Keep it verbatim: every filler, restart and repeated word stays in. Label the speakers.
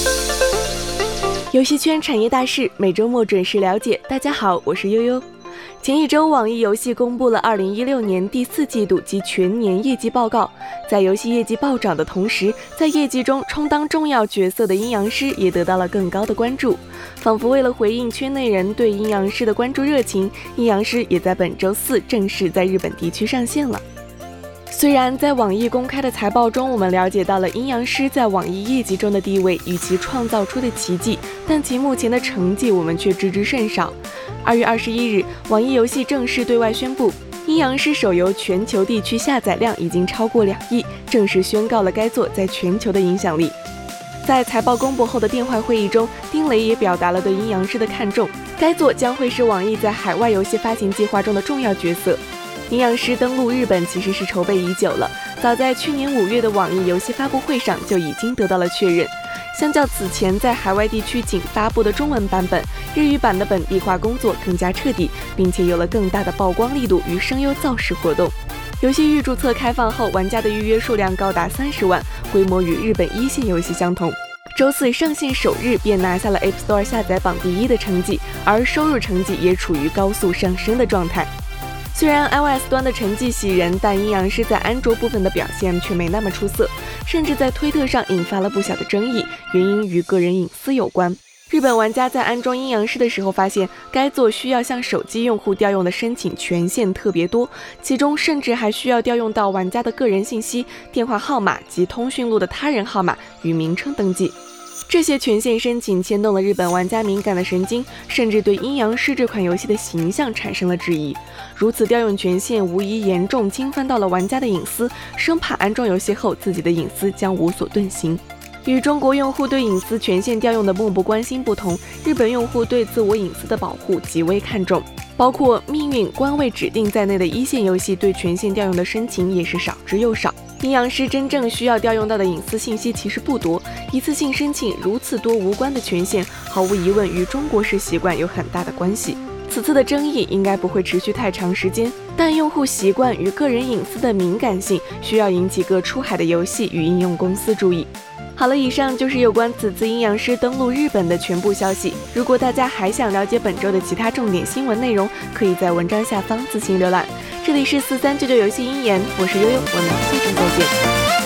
Speaker 1: 游戏圈产业大事，每周末准时了解。大家好，我是悠悠。前一周，网易游戏公布了二零一六年第四季度及全年业绩报告。在游戏业绩暴涨的同时，在业绩中充当重要角色的阴阳师也得到了更高的关注。仿佛为了回应圈内人对阴阳师的关注热情，阴阳师也在本周四正式在日本地区上线了。虽然在网易公开的财报中，我们了解到了阴阳师在网易业绩中的地位与其创造出的奇迹，但其目前的成绩我们却知之甚少。二月二十一日，网易游戏正式对外宣布，阴阳师手游全球地区下载量已经超过两亿，正式宣告了该作在全球的影响力。在财报公布后的电话会议中，丁磊也表达了对阴阳师的看重，该作将会是网易在海外游戏发行计划中的重要角色。阴阳师登陆日本其实是筹备已久了，早在去年五月的网易游戏发布会上就已经得到了确认。相较此前在海外地区仅发布的中文版本，日语版的本地化工作更加彻底，并且有了更大的曝光力度与声优造势活动。游戏预注册开放后，玩家的预约数量高达三十万，规模与日本一线游戏相同。周四上线首日便拿下了 App Store 下载榜第一的成绩，而收入成绩也处于高速上升的状态。虽然 iOS 端的成绩喜人，但阴阳师在安卓部分的表现却没那么出色，甚至在推特上引发了不小的争议，原因与个人隐私有关。日本玩家在安装阴阳师的时候发现，该作需要向手机用户调用的申请权限特别多，其中甚至还需要调用到玩家的个人信息、电话号码及通讯录的他人号码与名称登记。这些权限申请牵动了日本玩家敏感的神经，甚至对阴阳师这款游戏的形象产生了质疑。如此调用权限无疑严重侵犯到了玩家的隐私，生怕安装游戏后自己的隐私将无所遁形。与中国用户对隐私权限调用的漠不关心不同，日本用户对自我隐私的保护极为看重，包括命运、官位指定在内的一线游戏对权限调用的申请也是少之又少。阴阳师真正需要调用到的隐私信息其实不多，一次性申请如此多无关的权限，毫无疑问与中国式习惯有很大的关系。此次的争议应该不会持续太长时间，但用户习惯与个人隐私的敏感性需要引起各出海的游戏与应用公司注意。好了，以上就是有关此次阴阳师登陆日本的全部消息。如果大家还想了解本周的其他重点新闻内容，可以在文章下方自行浏览。这里是四三九九游戏鹰眼，我是悠悠，我们下周再见。